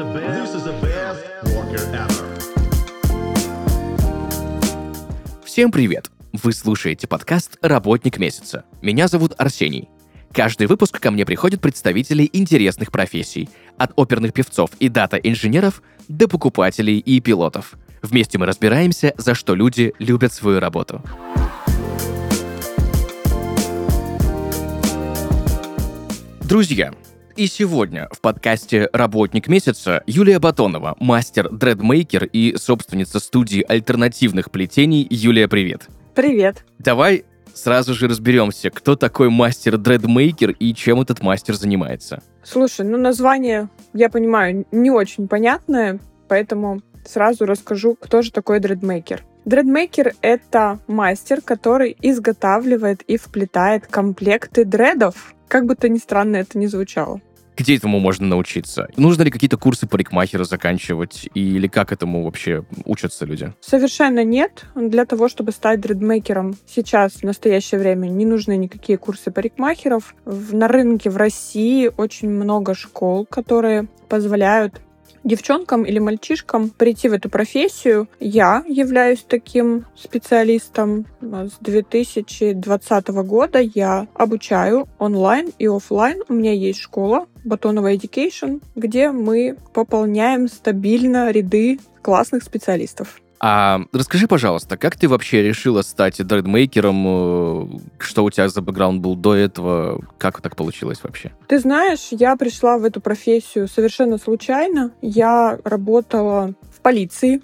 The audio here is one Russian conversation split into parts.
the best worker ever. Всем привет! Вы слушаете подкаст «Работник месяца». Меня зовут Арсений. Каждый выпуск ко мне приходят представители интересных профессий, от оперных певцов и дата-инженеров до покупателей и пилотов. Вместе мы разбираемся, за что люди любят свою работу. Друзья, и сегодня в подкасте «Работник месяца» Юлия Батонова, мастер-дредмейкер и собственница студии альтернативных плетений. Юлия, привет! Привет! Давай сразу же разберемся, кто такой мастер-дредмейкер и чем этот мастер занимается. Слушай, название, я понимаю, не очень понятное, поэтому сразу расскажу, кто же такой дредмейкер. Дредмейкер — это мастер, который изготавливает и вплетает комплекты дредов. Как бы то ни странно это ни звучало. Где этому можно научиться? Нужно ли какие-то курсы парикмахера заканчивать? Или как этому вообще учатся люди? Совершенно нет. Для того, чтобы стать дредмейкером сейчас, в настоящее время, не нужны никакие курсы парикмахеров. На рынке в России очень много школ, которые позволяют девчонкам или мальчишкам прийти в эту профессию. Я являюсь таким специалистом. С 2020 года я обучаю онлайн и офлайн. У меня есть школа Батонова Education, где мы пополняем стабильно ряды классных специалистов. А расскажи, пожалуйста, как ты вообще решила стать дредмейкером? Что у тебя за бэкграунд был до этого? Как так получилось вообще? Ты знаешь, я пришла в эту профессию совершенно случайно. Я работала в полиции.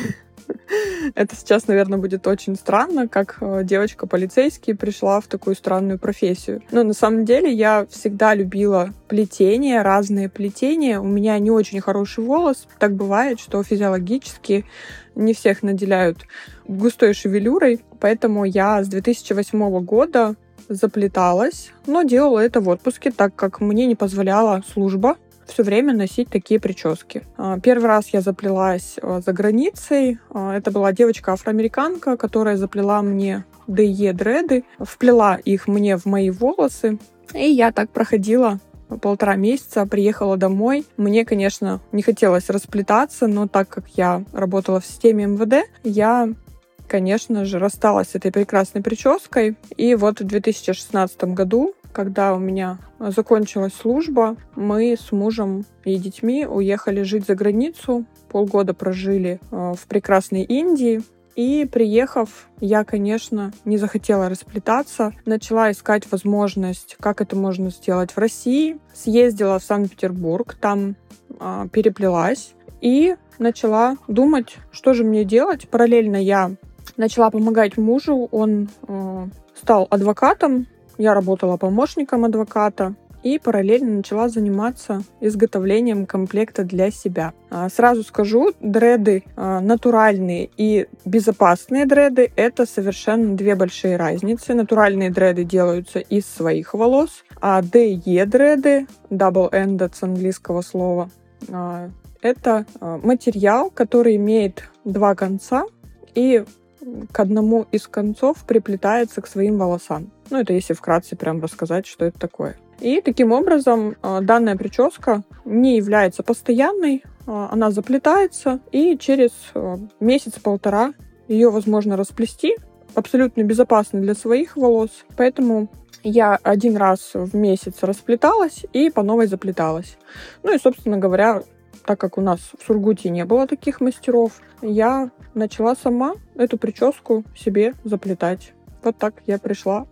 Это сейчас, наверное, будет очень странно, как девочка-полицейский пришла в такую странную профессию. Но на самом деле я всегда любила плетение, разные плетения. У меня не очень хороший волос. Так бывает, что физиологически не всех наделяют густой шевелюрой. Поэтому я с 2008 года заплеталась, но делала это в отпуске, так как мне не позволяла служба все время носить такие прически. Первый раз я заплелась за границей. Это была девочка-афроамериканка, которая заплела мне дреды, вплела их мне в мои волосы. И я так проходила 1,5 месяца, приехала домой. Мне, конечно, не хотелось расплетаться, но так как я работала в системе МВД, я, конечно же, рассталась с этой прекрасной прической. И вот в 2016 году, когда у меня закончилась служба, мы с мужем и детьми уехали жить за границу. Полгода прожили в прекрасной Индии. И приехав, я, конечно, не захотела расплетаться. Начала искать возможность, как это можно сделать в России. Съездила в Санкт-Петербург, там переплелась и начала думать, что же мне делать. Параллельно я начала помогать мужу. Он стал адвокатом. Я работала помощником адвоката и параллельно начала заниматься изготовлением комплекта для себя. Сразу скажу, дреды натуральные и безопасные дреды — это совершенно две большие разницы. Натуральные дреды делаются из своих волос, а DE-дреды, double-ended с английского слова, это материал, который имеет 2 конца и к одному из концов приплетается к своим волосам. Это если вкратце прям рассказать, что это такое. И таким образом данная прическа не является постоянной, она заплетается, и через месяц-полтора ее возможно расплести, абсолютно безопасно для своих волос. Поэтому я 1 раз в месяц расплеталась и по новой заплеталась. И, собственно говоря, так как у нас в Сургуте не было таких мастеров, я начала сама эту прическу себе заплетать. Вот так я пришла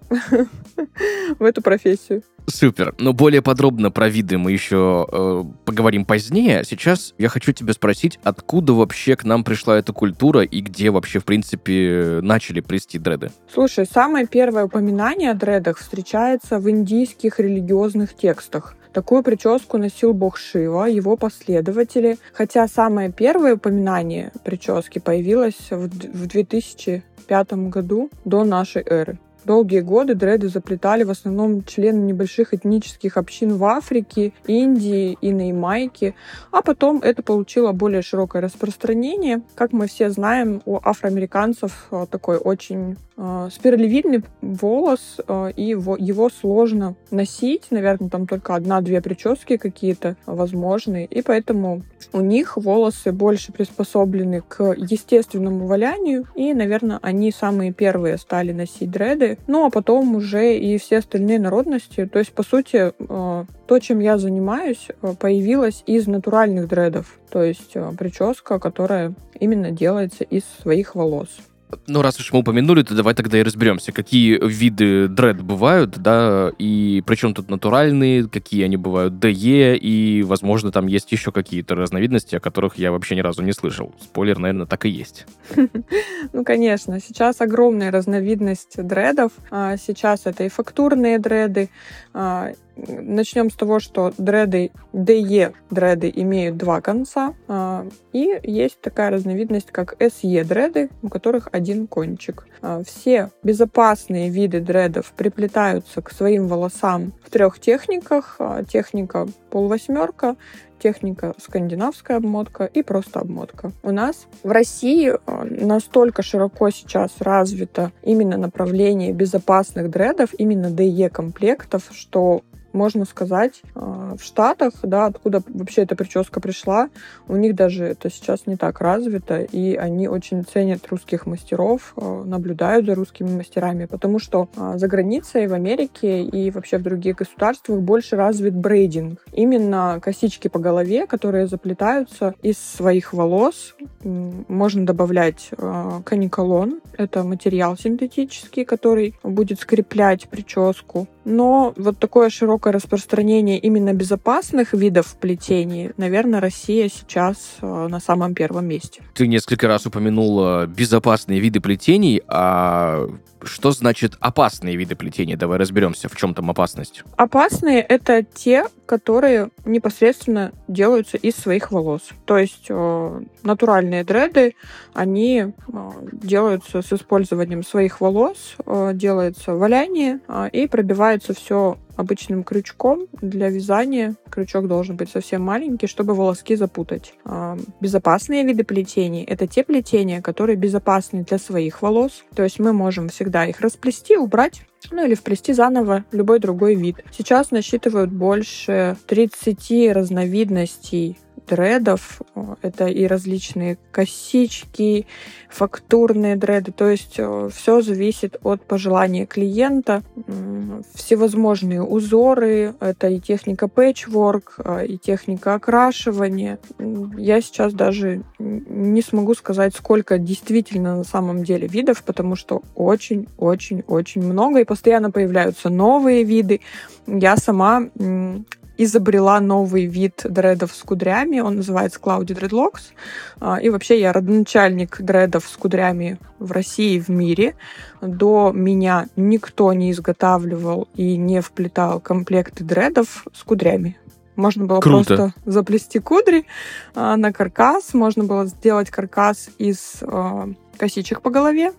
в эту профессию. Супер. Но более подробно про виды мы еще поговорим позднее. Сейчас я хочу тебя спросить, откуда вообще к нам пришла эта культура и где вообще, в принципе, начали плести дреды? Слушай, самое первое упоминание о дредах встречается в индийских религиозных текстах. Такую прическу носил бог Шива, его последователи, хотя самое первое упоминание прически появилось в 2005 году до нашей эры. долгие годы дреды заплетали в основном члены небольших этнических общин в Африке, Индии и на Ямайке, а потом это получило более широкое распространение. Как мы все знаем, у афроамериканцев такой очень спиралевидный волос, и его сложно носить. Наверное, там только 1-2 прически какие-то возможны, и поэтому у них волосы больше приспособлены к естественному валянию, и, наверное, они самые первые стали носить дреды, ну а потом уже и все остальные народности. То есть, по сути, то, чем я занимаюсь, появилось из натуральных дредов, то есть прическа, которая именно делается из своих волос. Ну, раз уж мы упомянули, то давай тогда и разберемся, какие виды дред бывают, да, и причем тут натуральные, какие они бывают, ДЕ, и, возможно, там есть еще какие-то разновидности, о которых я вообще ни разу не слышал. Спойлер, наверное, так и есть. Ну, конечно, сейчас огромная разновидность дредов. Сейчас это и фактурные дреды. Начнем с того, что дреды, ДЕ дреды имеют 2 конца, и есть такая разновидность, как СЕ дреды, у которых 1 кончик. Все безопасные виды дредов приплетаются к своим волосам в 3 техниках. Техника полувосьмерка, техника скандинавская обмотка и просто обмотка. У нас в России настолько широко сейчас развито именно направление безопасных дредов, именно ДЕ-комплектов, что можно сказать, в Штатах, да, откуда вообще эта прическа пришла, у них даже это сейчас не так развито, и они очень ценят русских мастеров, наблюдают за русскими мастерами, потому что за границей, в Америке и вообще в других государствах больше развит брейдинг. Именно косички по голове, которые заплетаются из своих волос. Можно добавлять каниколон, это материал синтетический, который будет скреплять прическу. Но вот такое широкое распространение именно безопасных видов плетений, наверное, Россия сейчас на самом первом месте. Ты несколько раз упомянула безопасные виды плетений, а что значит опасные виды плетения? Давай разберемся, в чем там опасность. Опасные — это те, которые непосредственно делаются из своих волос. То есть натуральные дреды, они делаются с использованием своих волос, делается валяние и пробивается все обычным крючком для вязания. Крючок должен быть совсем маленький, чтобы волоски запутать. Безопасные виды плетений — это те плетения, которые безопасны для своих волос. То есть мы можем всегда их расплести, убрать, ну или вплести заново любой другой вид. Сейчас насчитывают больше 30 разновидностей дредов. Это и различные косички, фактурные дреды. То есть все зависит от пожелания клиента. Всевозможные узоры. Это и техника пэтчворк, и техника окрашивания. Я сейчас даже не смогу сказать, сколько действительно на самом деле видов, потому что очень-очень-очень много, и постоянно появляются новые виды. Я сама изобрела новый вид дредов с кудрями, он называется Cloudy Dreadlocks. И вообще я родоначальник дредов с кудрями в России и в мире. До меня никто не изготавливал и не вплетал комплекты дредов с кудрями. Можно было просто заплести кудри на каркас, можно было сделать каркас из косичек по голове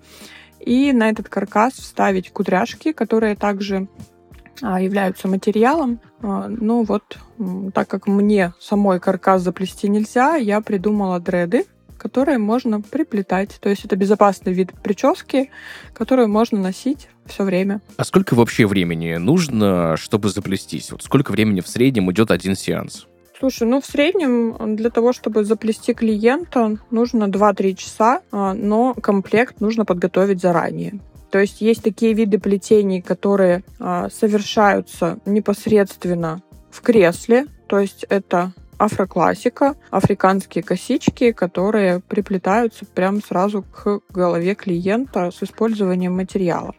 и на этот каркас вставить кудряшки, которые также являются материалом. Ну вот, так как мне самой каркас заплести нельзя, я придумала дреды, которые можно приплетать. То есть это безопасный вид прически, которую можно носить все время. А сколько вообще времени нужно, чтобы заплестись? Вот сколько времени в среднем идет один сеанс? Слушай, в среднем для того, чтобы заплести клиента, нужно 2-3 часа, но комплект нужно подготовить заранее. То есть есть такие виды плетений, которые совершаются непосредственно в кресле. То есть это афроклассика, африканские косички, которые приплетаются прямо сразу к голове клиента с использованием материала.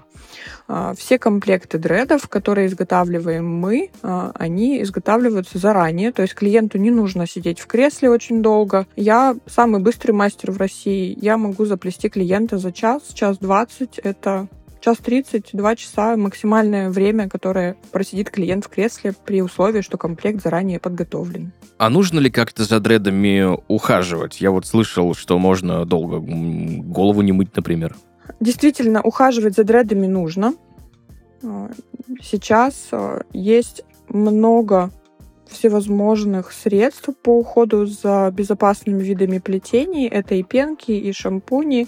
Все комплекты дредов, которые изготавливаем мы, они изготавливаются заранее, то есть клиенту не нужно сидеть в кресле очень долго. Я самый быстрый мастер в России, я могу заплести клиента за час 20, это час 30, 2 часа максимальное время, которое просидит клиент в кресле при условии, что комплект заранее подготовлен. А нужно ли как-то за дредами ухаживать? Я вот слышал, что можно долго голову не мыть, например. Действительно, ухаживать за дредами нужно. Сейчас есть много всевозможных средств по уходу за безопасными видами плетений. Это и пенки, и шампуни.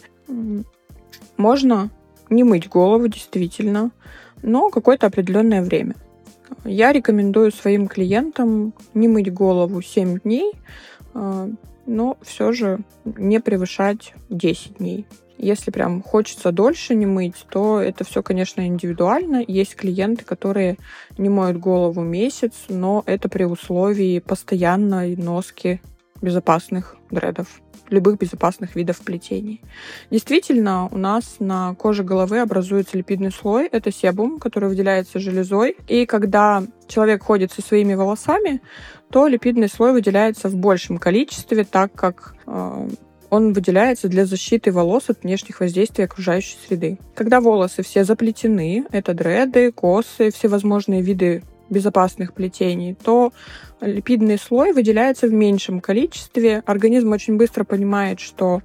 Можно не мыть голову, действительно, но какое-то определенное время. Я рекомендую своим клиентам не мыть голову 7 дней, но все же не превышать 10 дней. Если прям хочется дольше не мыть, то это все, конечно, индивидуально. Есть клиенты, которые не моют голову месяц, но это при условии постоянной носки безопасных дредов, любых безопасных видов плетений. Действительно, у нас на коже головы образуется липидный слой. Это себум, который выделяется железой. И когда человек ходит со своими волосами, то липидный слой выделяется в большем количестве, так как он выделяется для защиты волос от внешних воздействий окружающей среды. Когда волосы все заплетены, это дреды, косы, всевозможные виды безопасных плетений, то липидный слой выделяется в меньшем количестве. Организм очень быстро понимает, что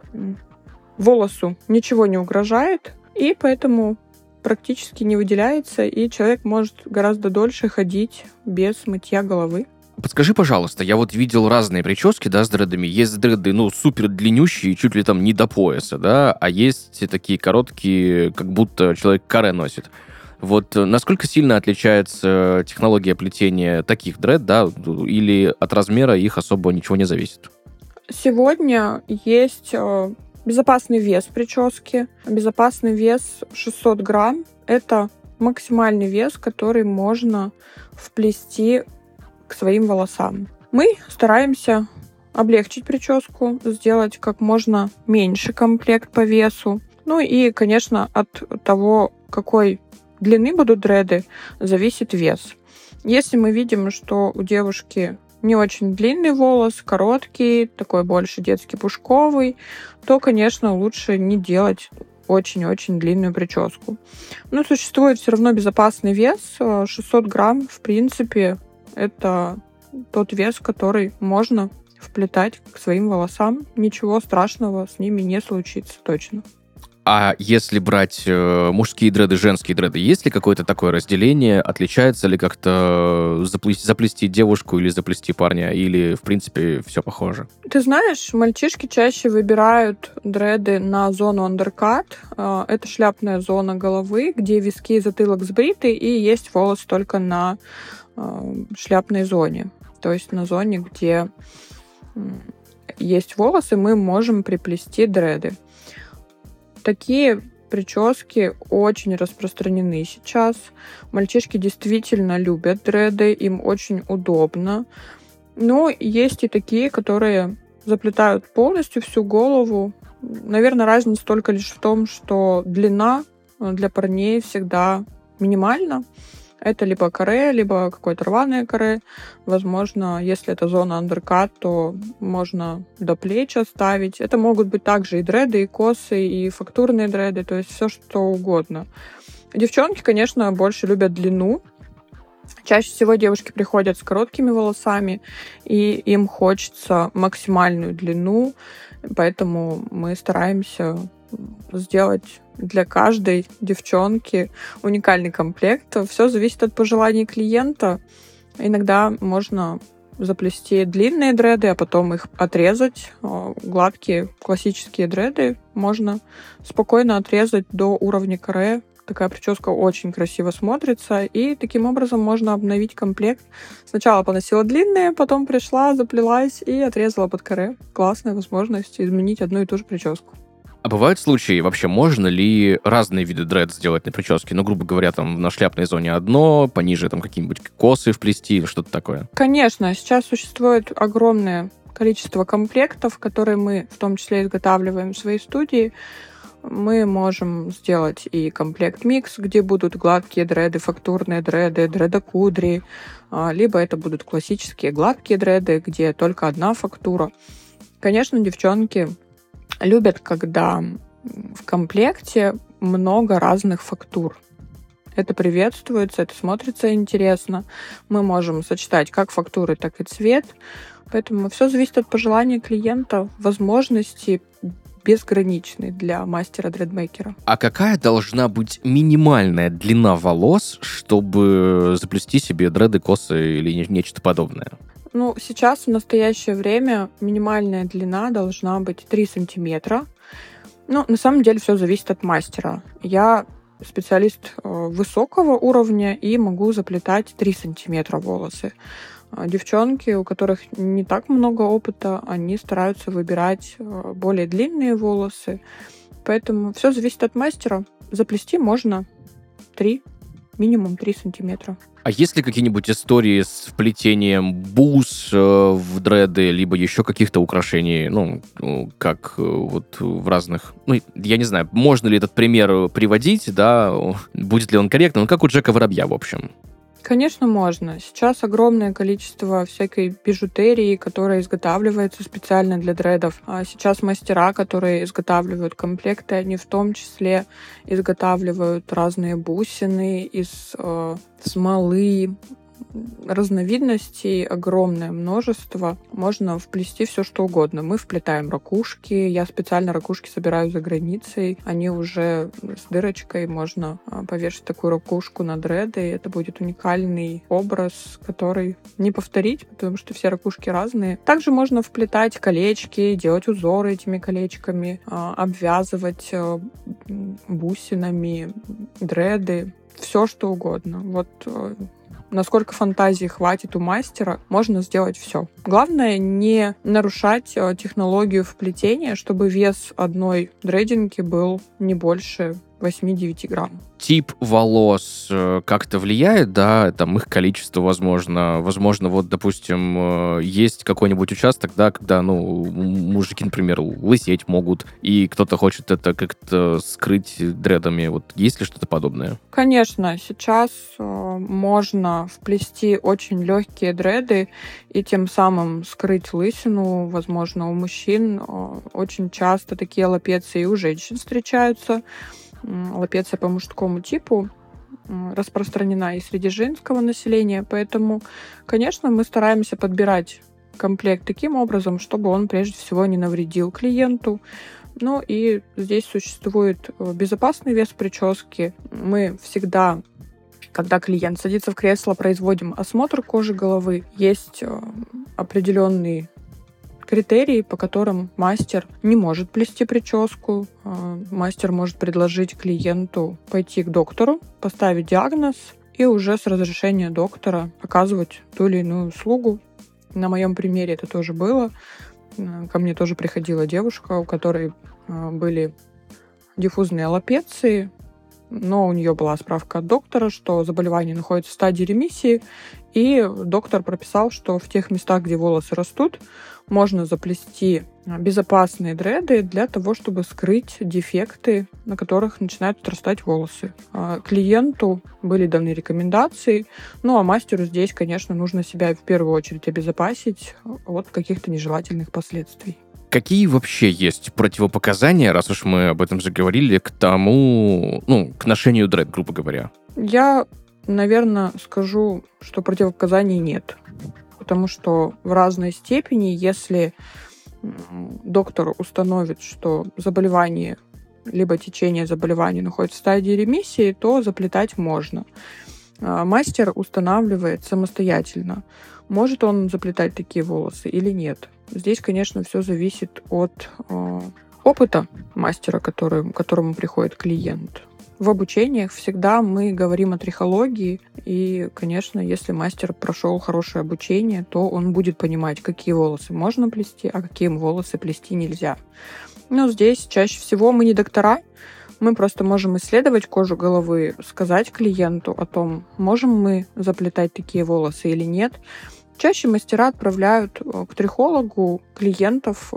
волосу ничего не угрожает, и поэтому практически не выделяется, и человек может гораздо дольше ходить без мытья головы. Подскажи, пожалуйста, я вот видел разные прически, да, с дредами. Есть дреды, супер длиннющие, чуть ли там не до пояса, да, а есть такие короткие, как будто человек каре носит. Вот насколько сильно отличается технология плетения таких дред, да, или от размера их особо ничего не зависит? Сегодня есть безопасный вес прически. Безопасный вес 600 грамм. Это максимальный вес, который можно вплести к своим волосам. Мы стараемся облегчить прическу, сделать как можно меньше комплект по весу. Ну и, конечно, от того, какой длины будут дреды, зависит вес. Если мы видим, что у девушки не очень длинный волос, короткий, такой больше детский пушковый, то, конечно, лучше не делать очень-очень длинную прическу. Но существует все равно безопасный вес. 600 грамм, в принципе, это тот вес, который можно вплетать к своим волосам. Ничего страшного с ними не случится точно. А если брать мужские дреды, женские дреды, есть ли какое-то такое разделение? Отличается ли как-то заплести девушку или заплести парня? Или, в принципе, все похоже? Ты знаешь, мальчишки чаще выбирают дреды на зону андеркат. Это шляпная зона головы, где виски и затылок сбриты, и есть волос только на шляпной зоне. То есть на зоне, где есть волосы, мы можем приплести дреды. Такие прически очень распространены сейчас. Мальчишки действительно любят дреды, им очень удобно. Но есть и такие, которые заплетают полностью всю голову. Наверное, разница только лишь в том, что длина для парней всегда минимальна. Это либо каре, либо какое-то рваное каре. Возможно, если это зона андеркат, то можно до плеч оставить. Это могут быть также и дреды, и косы, и фактурные дреды, то есть все что угодно. Девчонки, конечно, больше любят длину. Чаще всего девушки приходят с короткими волосами, и им хочется максимальную длину, поэтому мы стараемся сделать для каждой девчонки уникальный комплект. Все зависит от пожеланий клиента. Иногда можно заплести длинные дреды, а потом их отрезать. Гладкие классические дреды можно спокойно отрезать до уровня каре. Такая прическа очень красиво смотрится, и таким образом можно обновить комплект. Сначала поносила длинные, потом пришла, заплелась и отрезала под каре. Классная возможность изменить одну и ту же прическу. А бывают случаи, вообще можно ли разные виды дред сделать на прическе? Грубо говоря, там на шляпной зоне одно, пониже там какие-нибудь косы вплести, что-то такое? Конечно, сейчас существует огромное количество комплектов, которые мы в том числе изготавливаем в своей студии. Мы можем сделать и комплект-микс, где будут гладкие дреды, фактурные дреды, дредокудри, либо это будут классические гладкие дреды, где только одна фактура. Конечно, девчонки любят, когда в комплекте много разных фактур. Это приветствуется, это смотрится интересно. Мы можем сочетать как фактуры, так и цвет. Поэтому все зависит от пожеланий клиента, возможностей безграничный для мастера-дредмейкера. А какая должна быть минимальная длина волос, чтобы заплести себе дреды, косы или нечто подобное? Ну, сейчас, в настоящее время, минимальная длина должна быть 3 сантиметра. Ну, на самом деле, все зависит от мастера. Я специалист высокого уровня и могу заплетать 3 сантиметра волосы. Девчонки, у которых не так много опыта, они стараются выбирать более длинные волосы. Поэтому все зависит от мастера. Заплести можно 3, минимум 3 сантиметра. А есть ли какие-нибудь истории с вплетением бус в дреды, либо еще каких-то украшений, как вот в разных... Ну, я не знаю, можно ли этот пример приводить, да, будет ли он корректным, как у Джека Воробья, в общем. Конечно, можно. Сейчас огромное количество всякой бижутерии, которая изготавливается специально для дредов. А сейчас мастера, которые изготавливают комплекты, они в том числе изготавливают разные бусины из смолы, разновидностей огромное множество. Можно вплести все, что угодно. Мы вплетаем ракушки. Я специально ракушки собираю за границей. Они уже с дырочкой. Можно повешать такую ракушку на дреды. Это будет уникальный образ, который не повторить, потому что все ракушки разные. Также можно вплетать колечки, делать узоры этими колечками, обвязывать бусинами дреды. Все, что угодно. Вот насколько фантазии хватит у мастера, можно сделать все. Главное не нарушать технологию вплетения, чтобы вес одной дрединги был не больше 8-9 грамм. Тип волос как-то влияет, да, там их количество, возможно, вот, допустим, есть какой-нибудь участок, да, когда, мужики, например, лысеть могут, и кто-то хочет это как-то скрыть дредами, вот есть ли что-то подобное? Конечно, сейчас можно вплести очень легкие дреды и тем самым скрыть лысину, возможно, у мужчин очень часто такие аллопеции и у женщин встречаются. Аллопеция по мужскому типу распространена и среди женского населения, поэтому, конечно, мы стараемся подбирать комплект таким образом, чтобы он прежде всего не навредил клиенту. Ну и здесь существует безопасный вес прически. Мы всегда, когда клиент садится в кресло, производим осмотр кожи головы. Есть определенный критерии, по которым мастер не может плести прическу. Мастер может предложить клиенту пойти к доктору, поставить диагноз и уже с разрешения доктора оказывать ту или иную услугу. На моем примере это тоже было. Ко мне тоже приходила девушка, у которой были диффузные аллопеции, но у нее была справка от доктора, что заболевание находится в стадии ремиссии, и доктор прописал, что в тех местах, где волосы растут, можно заплести безопасные дреды для того, чтобы скрыть дефекты, на которых начинают отрастать волосы. Клиенту были даны рекомендации, а мастеру здесь, конечно, нужно себя в первую очередь обезопасить от каких-то нежелательных последствий. Какие вообще есть противопоказания, раз уж мы об этом заговорили, к тому, к ношению дред, грубо говоря? Я, наверное, скажу, что противопоказаний нет. Потому что в разной степени, если доктор установит, что заболевание либо течение заболевания находится в стадии ремиссии, то заплетать можно. Мастер устанавливает самостоятельно, может он заплетать такие волосы или нет. Здесь, конечно, все зависит от опыта мастера, к которому приходит клиент. В обучениях всегда мы говорим о трихологии, и, конечно, если мастер прошел хорошее обучение, то он будет понимать, какие волосы можно плести, а какие волосы плести нельзя. Но здесь чаще всего мы не доктора, мы просто можем исследовать кожу головы, сказать клиенту о том, можем мы заплетать такие волосы или нет. Чаще мастера отправляют к трихологу клиентов,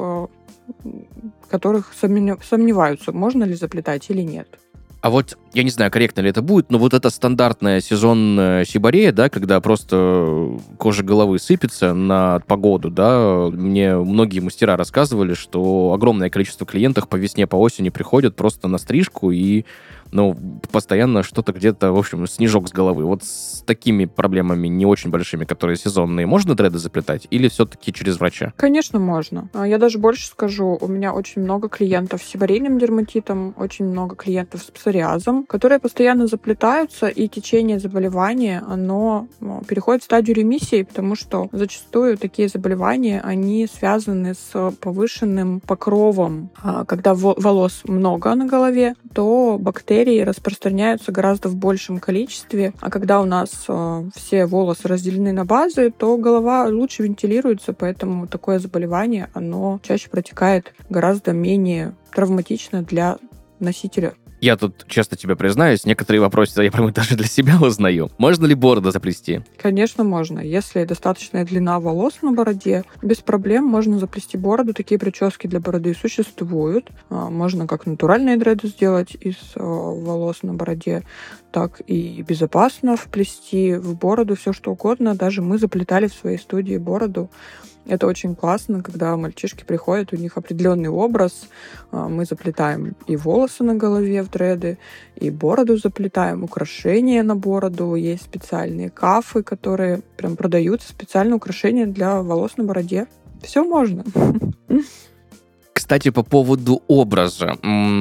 которых сомневаются, можно ли заплетать или нет. А вот, я не знаю, корректно ли это будет, но вот эта стандартная сезонная сиборея, да, когда просто кожа головы сыпется на погоду, да, мне многие мастера рассказывали, что огромное количество клиентов по весне, по осени приходят просто на стрижку и но постоянно что-то где-то, в общем, снежок с головы. Вот с такими проблемами не очень большими, которые сезонные, можно дреды заплетать или все-таки через врача? Конечно, можно. Я даже больше скажу, у меня очень много клиентов с сибарейным дерматитом, очень много клиентов с псориазом, которые постоянно заплетаются, и течение заболевания, оно переходит в стадию ремиссии, потому что зачастую такие заболевания, они связаны с повышенным покровом. Когда волос много на голове, то бактерии распространяются гораздо в большем количестве, а когда у нас все волосы разделены на базы, то голова лучше вентилируется, поэтому такое заболевание, оно чаще протекает гораздо менее травматично для носителя. Я тут честно тебе признаюсь, некоторые вопросы я прямо даже для себя узнаю. Можно ли бороду заплести? Конечно, можно. Если достаточная длина волос на бороде, без проблем можно заплести бороду. Такие прически для бороды существуют. Можно как натуральные дреды сделать из волос на бороде, так и безопасно вплести в бороду все что угодно. Даже мы заплетали в своей студии бороду. Это очень классно, когда мальчишки приходят, у них определенный образ. Мы заплетаем и волосы на голове в дреды, и бороду заплетаем, украшения на бороду. Есть специальные кафы, которые прям продаются, специальные украшения для волос на бороде. Все можно. Кстати, по поводу образа.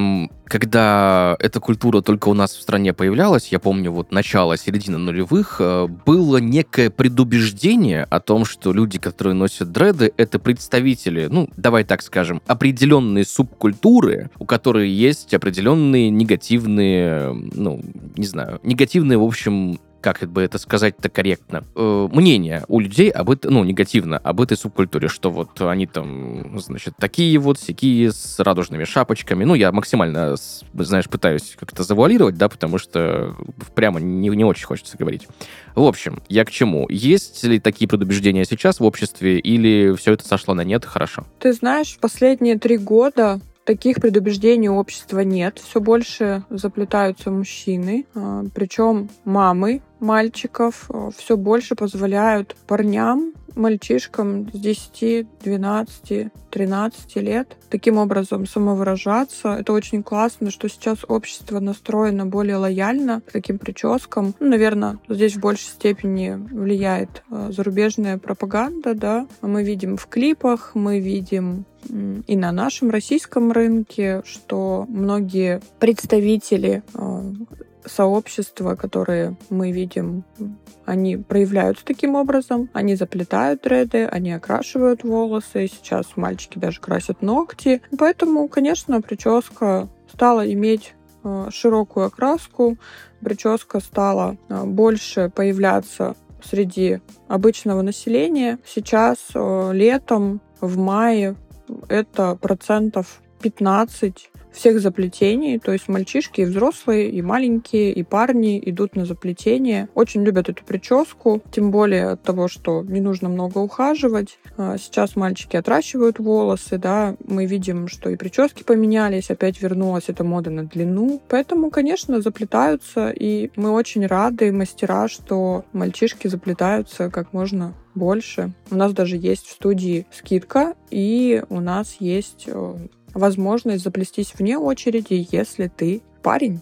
Когда эта культура только у нас в стране появлялась, я помню, вот начало, середина нулевых, было некое предубеждение о том, что люди, которые носят дреды, это представители, давай так скажем, определенные субкультуры, у которой есть определенные негативные, негативные, в общем, как бы это сказать-то корректно, мнение у людей негативно об этой субкультуре, что вот они там, значит, такие вот, сякие, с радужными шапочками. Я максимально, пытаюсь как-то завуалировать, да, потому что прямо не очень хочется говорить. В общем, я к чему? Есть ли такие предубеждения сейчас в обществе, или все это сошло на нет, хорошо? Ты знаешь, в последние 3 года таких предубеждений у общества нет. Все больше заплетаются мужчины, причем мамы мальчиков все больше позволяют парням, мальчишкам с 10, 12, 13 лет таким образом самовыражаться. Это очень классно, что сейчас общество настроено более лояльно к таким прическам. Наверное, здесь в большей степени влияет зарубежная пропаганда, да. Мы видим в клипах, мы видим и на нашем российском рынке, что многие представители сообщества, которые мы видим, они проявляются таким образом. Они заплетают дреды, они окрашивают волосы. Сейчас мальчики даже красят ногти. Поэтому, конечно, прическа стала иметь широкую окраску. Прическа стала больше появляться среди обычного населения. Сейчас летом, в мае, это 15% всех заплетений, то есть мальчишки и взрослые, и маленькие, и парни идут на заплетение. Очень любят эту прическу, тем более от того, что не нужно много ухаживать. Сейчас мальчики отращивают волосы, да, мы видим, что и прически поменялись, опять вернулась эта мода на длину. Поэтому, конечно, заплетаются, и мы очень рады, мастера, что мальчишки заплетаются как можно больше. У нас даже есть в студии скидка, и у нас есть возможность заплестись вне очереди, если ты парень.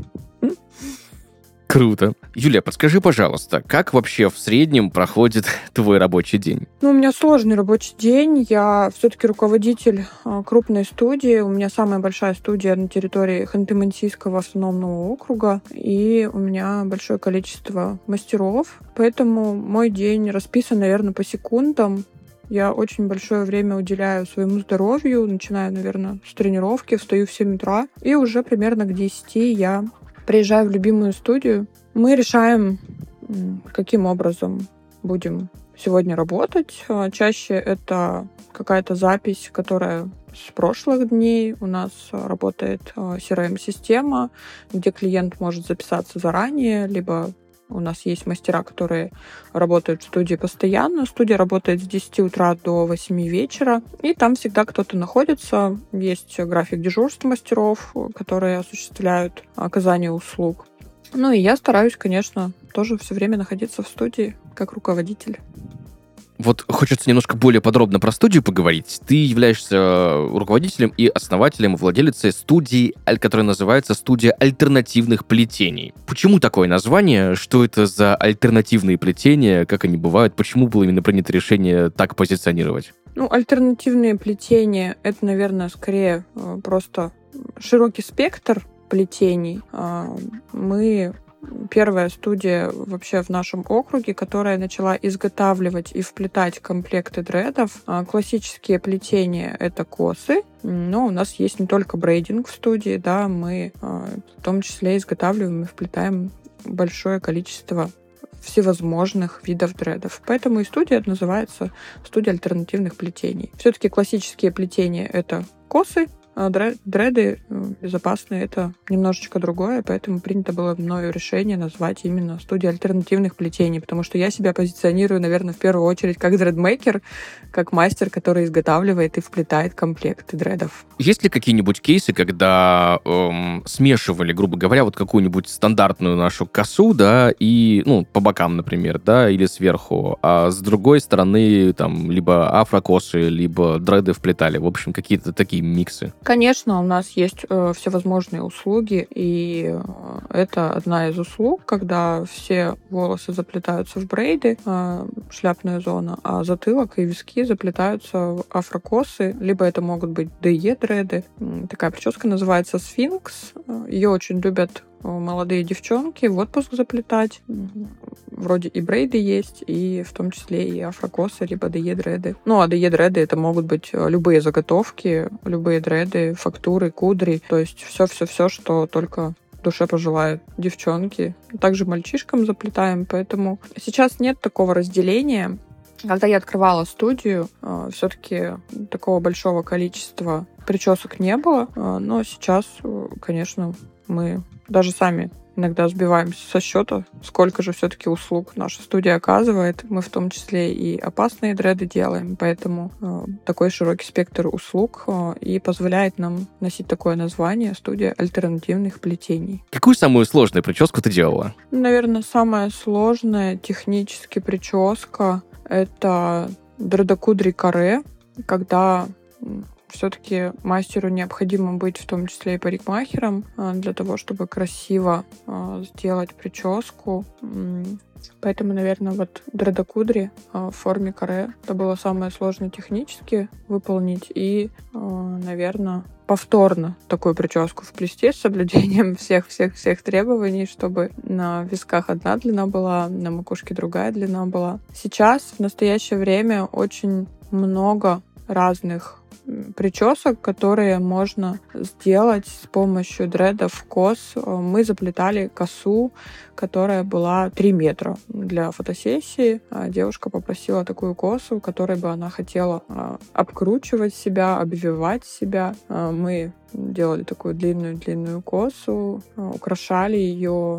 Круто. Юлия, подскажи, пожалуйста, как вообще в среднем проходит твой рабочий день? У меня сложный рабочий день. Я все-таки руководитель крупной студии. У меня самая большая студия на территории Ханты-Мансийского автономного округа. И у меня большое количество мастеров. Поэтому мой день расписан, наверное, по секундам. Я очень большое время уделяю своему здоровью. Начинаю, наверное, с тренировки, встаю в 7 утра. И уже примерно к 10 я приезжаю в любимую студию. Мы решаем, каким образом будем сегодня работать. Чаще это какая-то запись, которая с прошлых дней. У нас работает CRM-система, где клиент может записаться заранее, либо у нас есть мастера, которые работают в студии постоянно. Студия работает с 10 утра до 8 вечера. И там всегда кто-то находится. Есть график дежурств мастеров, которые осуществляют оказание услуг. И я стараюсь, конечно, тоже все время находиться в студии как руководитель. Вот хочется немножко более подробно про студию поговорить. Ты являешься руководителем и основателем, владелицей студии, которая называется «Студия альтернативных плетений». Почему такое название? Что это за альтернативные плетения? Как они бывают? Почему было именно принято решение так позиционировать? Альтернативные плетения — это, наверное, скорее просто широкий спектр плетений. Мы первая студия вообще в нашем округе, которая начала изготавливать и вплетать комплекты дредов. Классические плетения — это косы, но у нас есть не только брейдинг в студии, да, мы в том числе изготавливаем и вплетаем большое количество всевозможных видов дредов. Поэтому и студия называется «Студия альтернативных плетений». Все-таки классические плетения — это косы, а дреды безопасные — это немножечко другое, поэтому принято было мною решение назвать именно студией альтернативных плетений, потому что я себя позиционирую, наверное, в первую очередь как дредмейкер, как мастер, который изготавливает и вплетает комплекты дредов. Есть ли какие-нибудь кейсы, когда смешивали, грубо говоря, вот какую-нибудь стандартную нашу косу, да, и, по бокам, например, да, или сверху, а с другой стороны, там, либо афрокосы, либо дреды вплетали, в общем, какие-то такие миксы? Конечно, у нас есть всевозможные услуги, и это одна из услуг, когда все волосы заплетаются в брейды, шляпная зона, а затылок и виски заплетаются в афрокосы, либо это могут быть DE-дреды. Такая прическа называется сфинкс. Ее очень любят молодые девчонки в отпуск заплетать. Вроде и брейды есть, и в том числе и афрокосы, либо DE-дреды. А DE-дреды — это могут быть любые заготовки, любые дреды, фактуры, кудри. То есть все, что только душе пожелают девчонки. Также мальчишкам заплетаем, поэтому сейчас нет такого разделения. Когда я открывала студию, все-таки такого большого количества причесок не было, но сейчас, конечно, мы даже сами иногда сбиваемся со счета, сколько же все-таки услуг наша студия оказывает. Мы в том числе и опасные дреды делаем, поэтому такой широкий спектр услуг и позволяет нам носить такое название «Студия альтернативных плетений». Какую самую сложную прическу ты делала? Наверное, самая сложная технически прическа — это дредокудри каре, когда все-таки мастеру необходимо быть в том числе и парикмахером для того, чтобы красиво сделать прическу. Поэтому, наверное, вот дредокудри в форме каре — это было самое сложное технически выполнить. И, наверное, повторно такую прическу вплести с соблюдением всех требований, чтобы на висках одна длина была, на макушке другая длина была. Сейчас, в настоящее время, очень много разных причесок, которые можно сделать с помощью дредов, кос. Мы заплетали косу, которая была 3 метра для фотосессии. Девушка попросила такую косу, которой бы она хотела обкручивать себя, обвивать себя. Мы делали такую длинную косу, украшали ее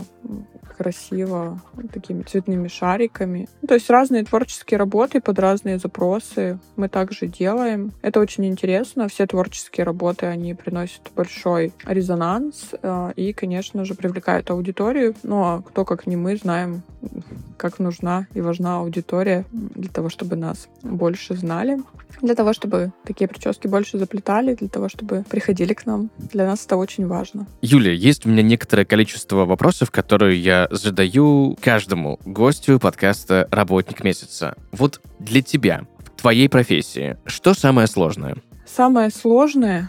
красиво такими цветными шариками. То есть разные творческие работы под разные запросы мы также делаем. Это очень интересно. Все творческие работы, они приносят большой резонанс и, конечно же, привлекают аудиторию. А кто, как не мы, знаем, как нужна и важна аудитория для того, чтобы нас больше знали, для того, чтобы такие прически больше заплетали, для того, чтобы приходили к нам. Для нас это очень важно. Юлия, есть у меня некоторое количество вопросов, которые я задаю каждому гостю подкаста «Работник месяца». Вот для тебя, в твоей профессии, что самое сложное? Самое сложное...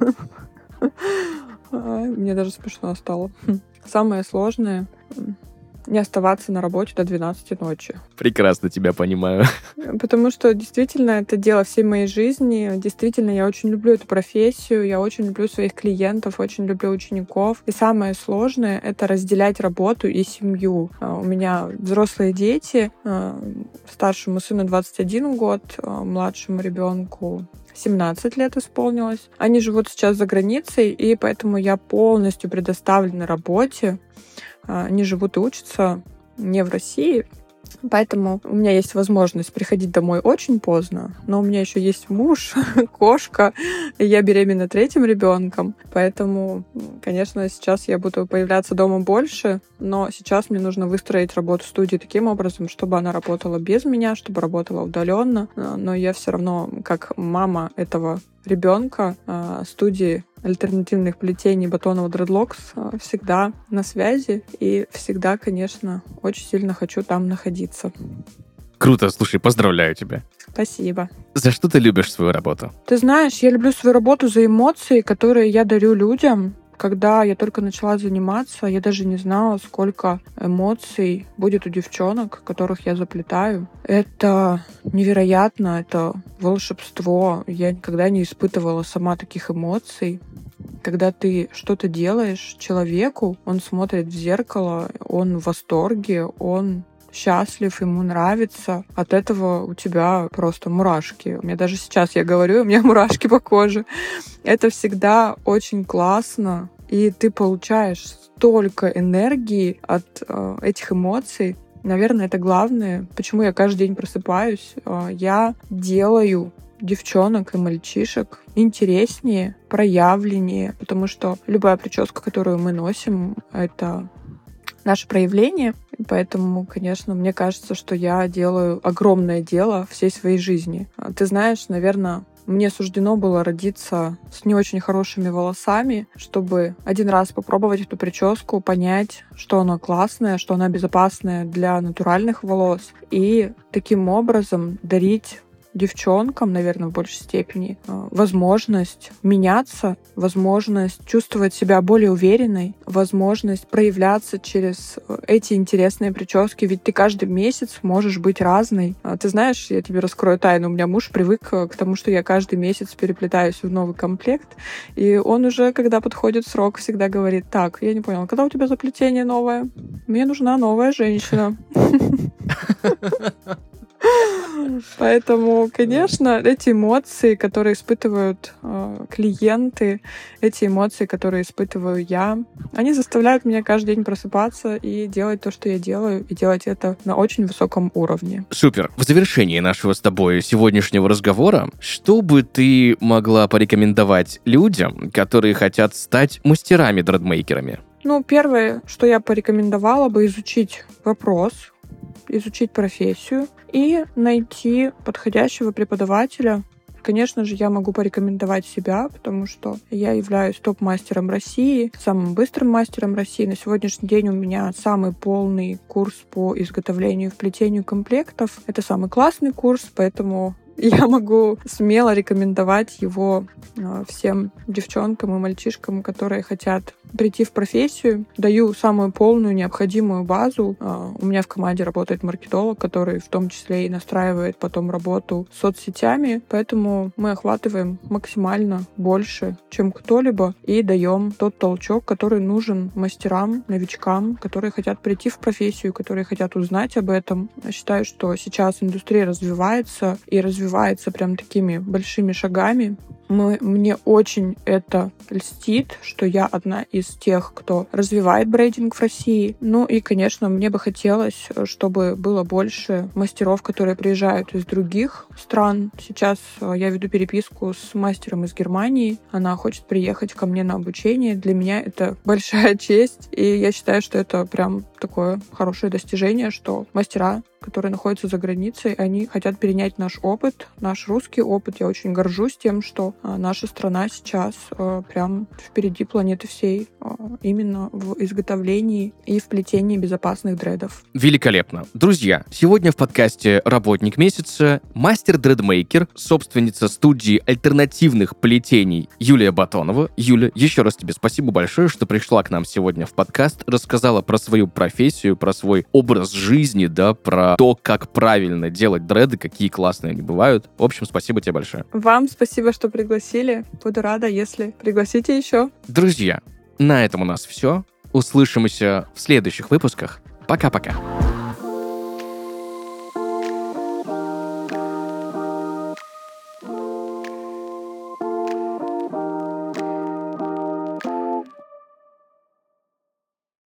Мне даже смешно стало. Самое сложное — не оставаться на работе до 12 ночи. Прекрасно тебя понимаю. Потому что действительно это дело всей моей жизни. Действительно, я очень люблю эту профессию, я очень люблю своих клиентов, очень люблю учеников. И самое сложное — это разделять работу и семью. У меня взрослые дети. Старшему сыну 21 год, младшему ребенку 17 лет исполнилось. Они живут сейчас за границей, и поэтому я полностью предоставлена работе. Они живут и учатся не в России, Поэтому у меня есть возможность приходить домой очень поздно, но у меня еще есть муж, кошка, и я беременна 3-м ребенком. Поэтому, конечно, сейчас я буду появляться дома больше, но сейчас мне нужно выстроить работу студии таким образом, чтобы она работала без меня, чтобы работала удаленно. Но я все равно, как мама этого ребенка, студии альтернативных плетений Батонова Dreadlocks, всегда на связи и всегда, конечно, очень сильно хочу там находиться. Круто, слушай, поздравляю тебя. Спасибо. За что ты любишь свою работу? Ты знаешь, я люблю свою работу за эмоции, которые я дарю людям. Когда я только начала заниматься, я даже не знала, сколько эмоций будет у девчонок, которых я заплетаю. Это невероятно, это волшебство. Я никогда не испытывала сама таких эмоций. Когда ты что-то делаешь человеку, он смотрит в зеркало, он в восторге, он счастлив, ему нравится. От этого у тебя просто мурашки. У меня даже сейчас я говорю, у меня мурашки по коже. Это всегда очень классно, и ты получаешь столько энергии от этих эмоций. Наверное, это главное, почему я каждый день просыпаюсь. Я делаю девчонок и мальчишек интереснее, проявленнее, потому что любая прическа, которую мы носим, это наше проявление. И поэтому, конечно, мне кажется, что я делаю огромное дело всей своей жизни. Ты знаешь, наверное, мне суждено было родиться с не очень хорошими волосами, чтобы один раз попробовать эту прическу, понять, что она классная, что она безопасная для натуральных волос, и таким образом дарить девчонкам, наверное, в большей степени, возможность меняться, возможность чувствовать себя более уверенной, возможность проявляться через эти интересные прически, ведь ты каждый месяц можешь быть разной. Ты знаешь, я тебе раскрою тайну, у меня муж привык к тому, что я каждый месяц переплетаюсь в новый комплект, и он уже, когда подходит срок, всегда говорит: так, я не понял, когда у тебя заплетение новое? Мне нужна новая женщина. Поэтому, конечно, эти эмоции, которые испытывают клиенты, эти эмоции, которые испытываю я, они заставляют меня каждый день просыпаться и делать то, что я делаю, и делать это на очень высоком уровне. Супер. В завершении нашего с тобой сегодняшнего разговора, что бы ты могла порекомендовать людям, которые хотят стать мастерами-дредмейкерами? Первое, что я порекомендовала бы, изучить вопрос, изучить профессию и найти подходящего преподавателя. Конечно же, я могу порекомендовать себя, потому что я являюсь топ-мастером России, самым быстрым мастером России. На сегодняшний день у меня самый полный курс по изготовлению и вплетению комплектов. Это самый классный курс, поэтому я могу смело рекомендовать его всем девчонкам и мальчишкам, которые хотят прийти в профессию. Даю самую полную необходимую базу. У меня в команде работает маркетолог, который в том числе и настраивает потом работу с соцсетями. Поэтому мы охватываем максимально больше, чем кто-либо, и даем тот толчок, который нужен мастерам, новичкам, которые хотят прийти в профессию, которые хотят узнать об этом. Я считаю, что сейчас индустрия развивается и развивается прям такими большими шагами. Мне очень это льстит, что я одна из тех, кто развивает брейдинг в России. И, конечно, мне бы хотелось, чтобы было больше мастеров, которые приезжают из других стран. Сейчас я веду переписку с мастером из Германии. Она хочет приехать ко мне на обучение. Для меня это большая честь, и я считаю, что это прям такое хорошее достижение, что мастера, которые находятся за границей, они хотят перенять наш опыт, наш русский опыт. Я очень горжусь тем, что наша страна сейчас прям впереди планеты всей именно в изготовлении и в плетении безопасных дредов. Великолепно. Друзья, сегодня в подкасте «Работник месяца» мастер-дредмейкер, собственница студии альтернативных плетений Юлия Батонова. Юля, еще раз тебе спасибо большое, что пришла к нам сегодня в подкаст, рассказала про свою профессию, про свой образ жизни, про то, как правильно делать дреды, какие классные они бывают. В общем, спасибо тебе большое. Вам спасибо, что пригласили. Буду рада, если пригласите еще. Друзья, на этом у нас все. Услышимся в следующих выпусках. Пока-пока.